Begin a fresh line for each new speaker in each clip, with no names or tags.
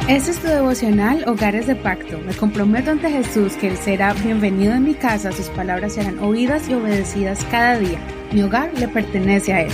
Este es tu devocional Hogares de Pacto. Me comprometo ante Jesús que Él será bienvenido en mi casa, sus palabras serán oídas y obedecidas cada día. Mi hogar le pertenece a Él.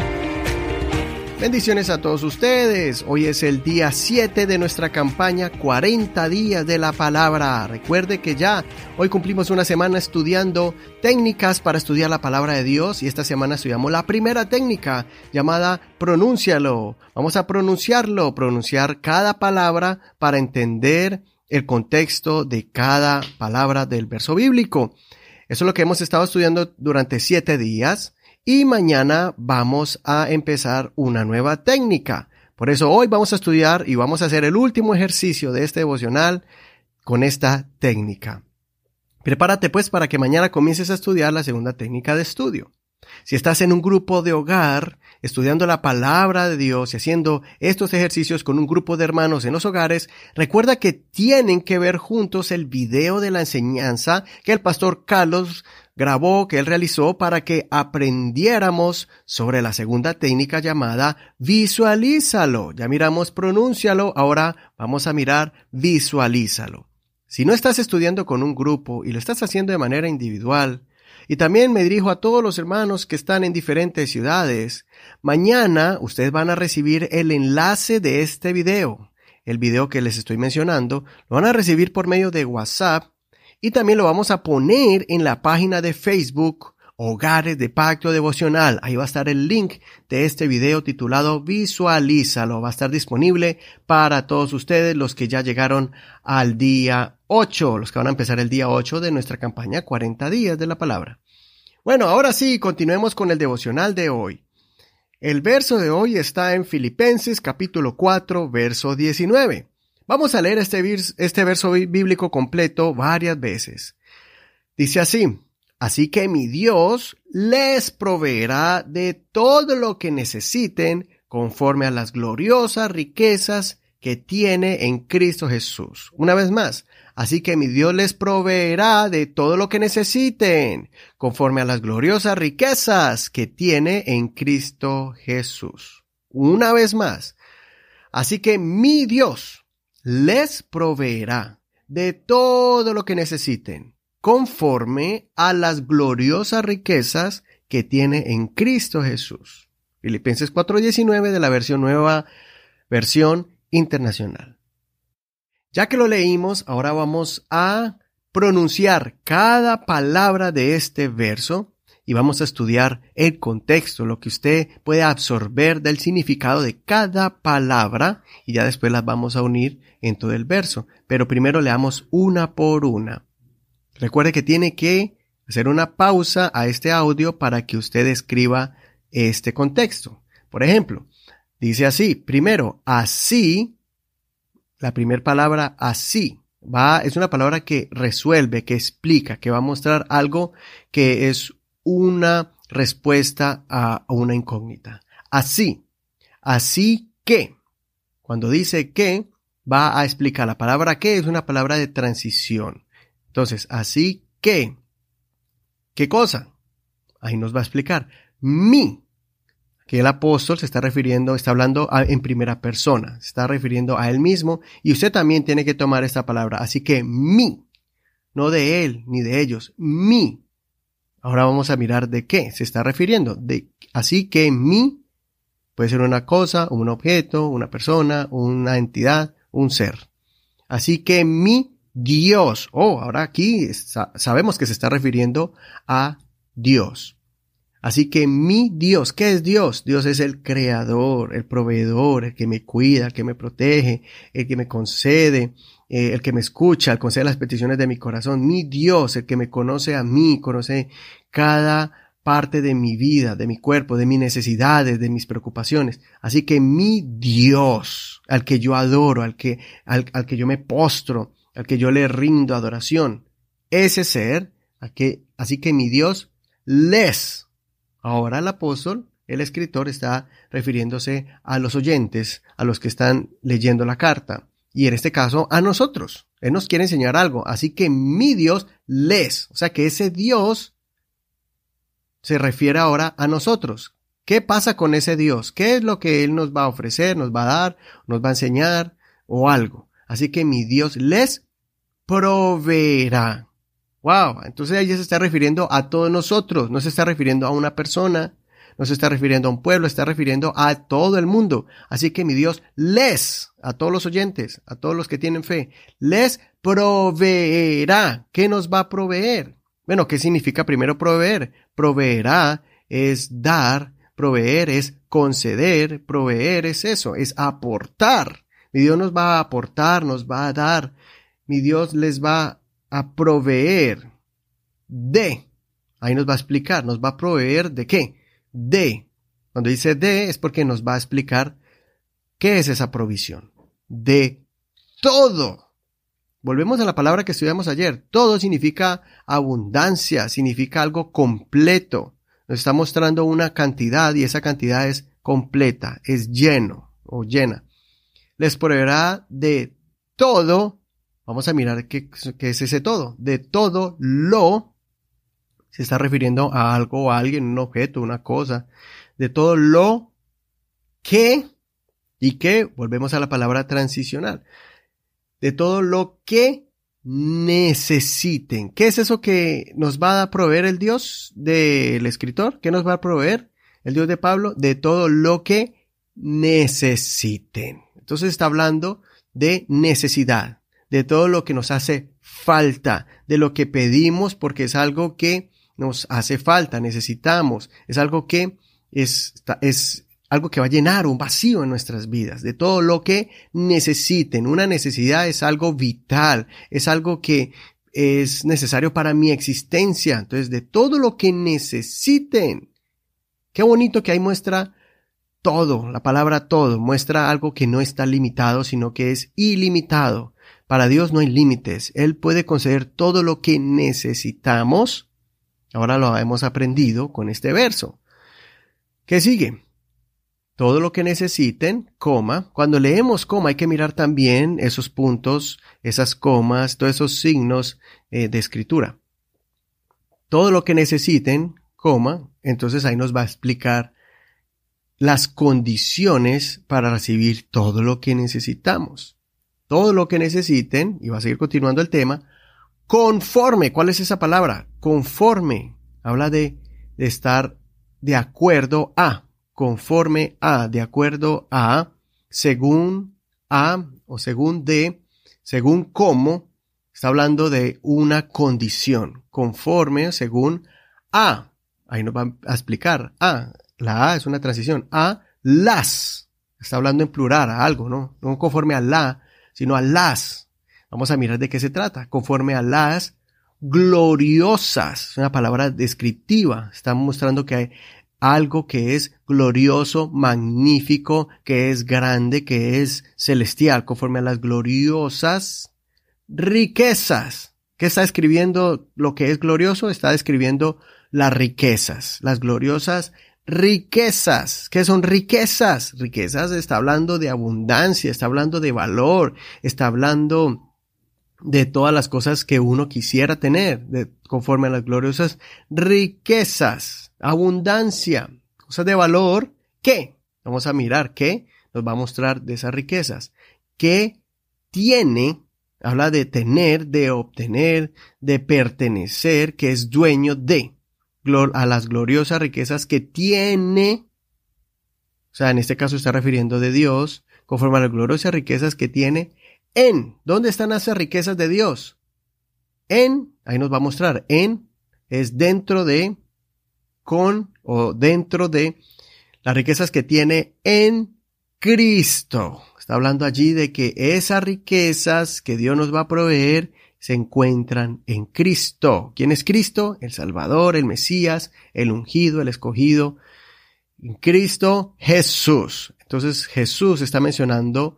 Bendiciones a todos ustedes. Hoy es el día 7 de nuestra campaña 40 días de la palabra. Recuerde que ya hoy cumplimos una semana estudiando técnicas para estudiar la palabra de Dios y esta semana estudiamos la primera técnica llamada pronúncialo. Vamos a pronunciar cada palabra para entender el contexto de cada palabra del verso bíblico. Eso es lo que hemos estado estudiando durante 7 días. Y mañana vamos a empezar una nueva técnica. Por eso hoy vamos a estudiar y vamos a hacer el último ejercicio de este devocional con esta técnica. Prepárate pues para que mañana comiences a estudiar la segunda técnica de estudio. Si estás en un grupo de hogar, estudiando la palabra de Dios y haciendo estos ejercicios con un grupo de hermanos en los hogares, recuerda que tienen que ver juntos el video de la enseñanza que el pastor Carlos grabó, que él realizó para que aprendiéramos sobre la segunda técnica llamada visualízalo. Ya miramos pronúncialo, ahora vamos a mirar visualízalo. Si no estás estudiando con un grupo y lo estás haciendo de manera individual, y también me dirijo a todos los hermanos que están en diferentes ciudades, mañana ustedes van a recibir el enlace de este video. El video que les estoy mencionando lo van a recibir por medio de WhatsApp y también lo vamos a poner en la página de Facebook Hogares de Pacto Devocional. Ahí va a estar el link de este video titulado Visualízalo. Va a estar disponible para todos ustedes, los que ya llegaron al día 8, los que van a empezar el día 8 de nuestra campaña 40 días de la palabra. Bueno, ahora sí, continuemos con el devocional de hoy. El verso de hoy está en Filipenses capítulo 4, verso 19. Vamos a leer este verso bíblico completo varias veces. Dice así: así que mi Dios les proveerá de todo lo que necesiten conforme a las gloriosas riquezas que tiene en Cristo Jesús. Una vez más, así que mi Dios les proveerá de todo lo que necesiten conforme a las gloriosas riquezas que tiene en Cristo Jesús. Una vez más, así que mi Dios les proveerá de todo lo que necesiten, conforme a las gloriosas riquezas que tiene en Cristo Jesús. Filipenses 4:19 de la nueva versión internacional. Ya que lo leímos, ahora vamos a pronunciar cada palabra de este verso y vamos a estudiar el contexto, lo que usted puede absorber del significado de cada palabra y ya después las vamos a unir en todo el verso. Pero primero leamos una por una. Recuerde que tiene que hacer una pausa a este audio para que usted escriba este contexto. Por ejemplo, dice así, primero, así, la primera palabra así, es una palabra que resuelve, que explica, que va a mostrar algo que es una respuesta a una incógnita. Así que, cuando dice que, va a explicar. La palabra que es una palabra de transición. Entonces, así que, ¿qué cosa? Ahí nos va a explicar. Que el apóstol se está refiriendo, está hablando en primera persona, se está refiriendo a él mismo y usted también tiene que tomar esta palabra. Así que no de él ni de ellos, Ahora vamos a mirar de qué se está refiriendo. Así que puede ser una cosa, un objeto, una persona, una entidad, un ser. Así que mi Dios. Ahora aquí sabemos que se está refiriendo a Dios. Así que mi Dios, ¿qué es Dios? Dios es el creador, el proveedor, el que me cuida, el que me protege, el que me concede, el que me escucha, el que concede las peticiones de mi corazón. Mi Dios, el que me conoce a mí, conoce cada parte de mi vida, de mi cuerpo, de mis necesidades, de mis preocupaciones. Así que mi Dios, al que yo adoro, al que yo me postro, al que yo le rindo adoración, ese ser, así que mi Dios Ahora el apóstol, el escritor, está refiriéndose a los oyentes, a los que están leyendo la carta, y en este caso a nosotros. Él nos quiere enseñar algo, así que mi Dios o sea que ese Dios se refiere ahora a nosotros. ¿Qué pasa con ese Dios? ¿Qué es lo que Él nos va a ofrecer, nos va a dar, nos va a enseñar, o algo. Así que mi Dios les proveerá. Wow, entonces ella se está refiriendo a todos nosotros, no se está refiriendo a una persona, no se está refiriendo a un pueblo, está refiriendo a todo el mundo. Así que mi Dios a todos los oyentes, a todos los que tienen fe, les proveerá. ¿Qué nos va a proveer? Bueno, ¿qué significa primero proveer? Proveerá es dar, proveer es conceder, proveer es eso, es aportar. Mi Dios nos va a aportar, nos va a dar. Mi Dios les va a proveer de. Ahí nos va a explicar, nos va a proveer de qué. De. Cuando dice de es porque nos va a explicar qué es esa provisión. De todo. Volvemos a la palabra que estudiamos ayer. Todo significa abundancia, significa algo completo. Nos está mostrando una cantidad y esa cantidad es completa, es lleno o llena. Les proveerá de todo. Vamos a mirar qué es ese todo. De todo lo, se está refiriendo a algo o a alguien, un objeto, una cosa. De todo lo que, y que, volvemos a la palabra transicional. De todo lo que necesiten. ¿Qué es eso que nos va a proveer el Dios del escritor? ¿Qué nos va a proveer el Dios de Pablo? De todo lo que necesiten. Entonces está hablando de necesidad, de todo lo que nos hace falta, de lo que pedimos porque es algo que nos hace falta, necesitamos, es algo que es algo que va a llenar un vacío en nuestras vidas, de todo lo que necesiten. Una necesidad es algo vital, es algo que es necesario para mi existencia. Entonces, de todo lo que necesiten. Qué bonito que ahí muestra todo, la palabra todo, muestra algo que no está limitado, sino que es ilimitado. Para Dios no hay límites. Él puede conceder todo lo que necesitamos. Ahora lo hemos aprendido con este verso. ¿Qué sigue? Todo lo que necesiten, coma. Cuando leemos coma hay que mirar también esos puntos, esas comas, todos esos signos de escritura. Todo lo que necesiten, coma. Entonces ahí nos va a explicar las condiciones para recibir todo lo que necesitamos. Todo lo que necesiten, y va a seguir continuando el tema, conforme. ¿Cuál es esa palabra? Conforme. Habla de estar de acuerdo a, conforme a, de acuerdo a, según a, o según de, según cómo. Está hablando de una condición. Conforme, según a. Ahí nos va a explicar. A. La A es una transición. A las. Está hablando en plural, a algo, ¿no? No conforme a la, sino a las. Vamos a mirar de qué se trata. Conforme a las gloriosas. Es una palabra descriptiva. Está mostrando que hay algo que es glorioso, magnífico, que es grande, que es celestial. Conforme a las gloriosas riquezas. ¿Qué está escribiendo lo que es glorioso? Está describiendo las riquezas. Las gloriosas riquezas. ¿Qué son riquezas? Riquezas está hablando de abundancia, está hablando de valor, está hablando de todas las cosas que uno quisiera tener, conforme a las gloriosas riquezas, abundancia, cosas de valor. ¿Qué? Vamos a mirar qué nos va a mostrar de esas riquezas. ¿Qué tiene? Habla de tener, de obtener, de pertenecer, que es dueño de. A las gloriosas riquezas que tiene, o sea, en este caso está refiriendo de Dios, conforme a las gloriosas riquezas que tiene en. ¿Dónde están esas riquezas de Dios? En, ahí nos va a mostrar, en es dentro de, con o dentro de las riquezas que tiene en Cristo. Está hablando allí de que esas riquezas que Dios nos va a proveer se encuentran en Cristo. ¿Quién es Cristo? El Salvador, el Mesías, el ungido, el escogido. En Cristo Jesús. Entonces Jesús está mencionando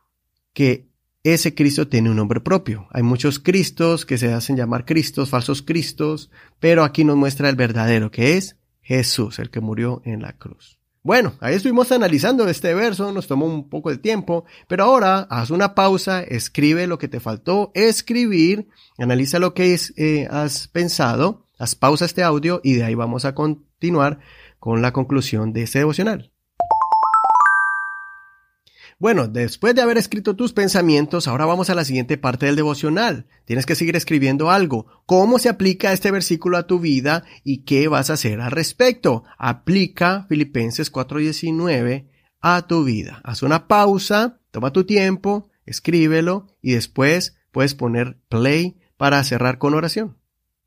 que ese Cristo tiene un nombre propio. Hay muchos Cristos que se hacen llamar Cristos, falsos Cristos, pero aquí nos muestra el verdadero, que es Jesús, el que murió en la cruz. Bueno, ahí estuvimos analizando este verso, nos tomó un poco de tiempo, pero ahora haz una pausa, escribe lo que te faltó escribir, analiza lo que has pensado, haz pausa este audio y de ahí vamos a continuar con la conclusión de este devocional. Bueno, después de haber escrito tus pensamientos, ahora vamos a la siguiente parte del devocional. Tienes que seguir escribiendo algo. ¿Cómo se aplica este versículo a tu vida y qué vas a hacer al respecto? Aplica Filipenses 4:19 a tu vida. Haz una pausa, toma tu tiempo, escríbelo y después puedes poner play para cerrar con oración.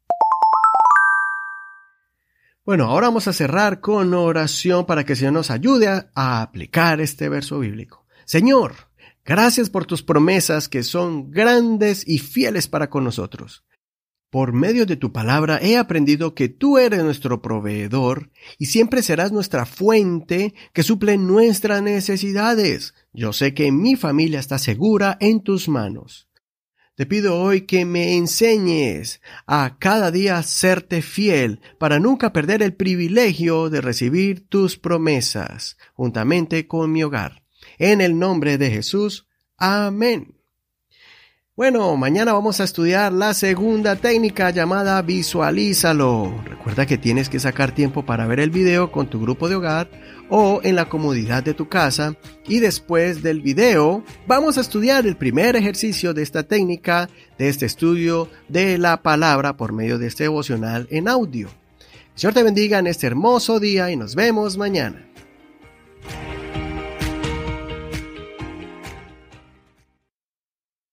Bueno, ahora vamos a cerrar con oración para que el Señor nos ayude a aplicar este verso bíblico. Señor, gracias por tus promesas que son grandes y fieles para con nosotros. Por medio de tu palabra he aprendido que tú eres nuestro proveedor y siempre serás nuestra fuente que suple nuestras necesidades. Yo sé que mi familia está segura en tus manos. Te pido hoy que me enseñes a cada día serte fiel para nunca perder el privilegio de recibir tus promesas juntamente con mi hogar. En el nombre de Jesús. Amén. Bueno, mañana vamos a estudiar la segunda técnica llamada Visualízalo. Recuerda que tienes que sacar tiempo para ver el video con tu grupo de hogar o en la comodidad de tu casa. Y después del video, vamos a estudiar el primer ejercicio de esta técnica, de este estudio de la palabra por medio de este devocional en audio. El Señor te bendiga en este hermoso día y nos vemos mañana.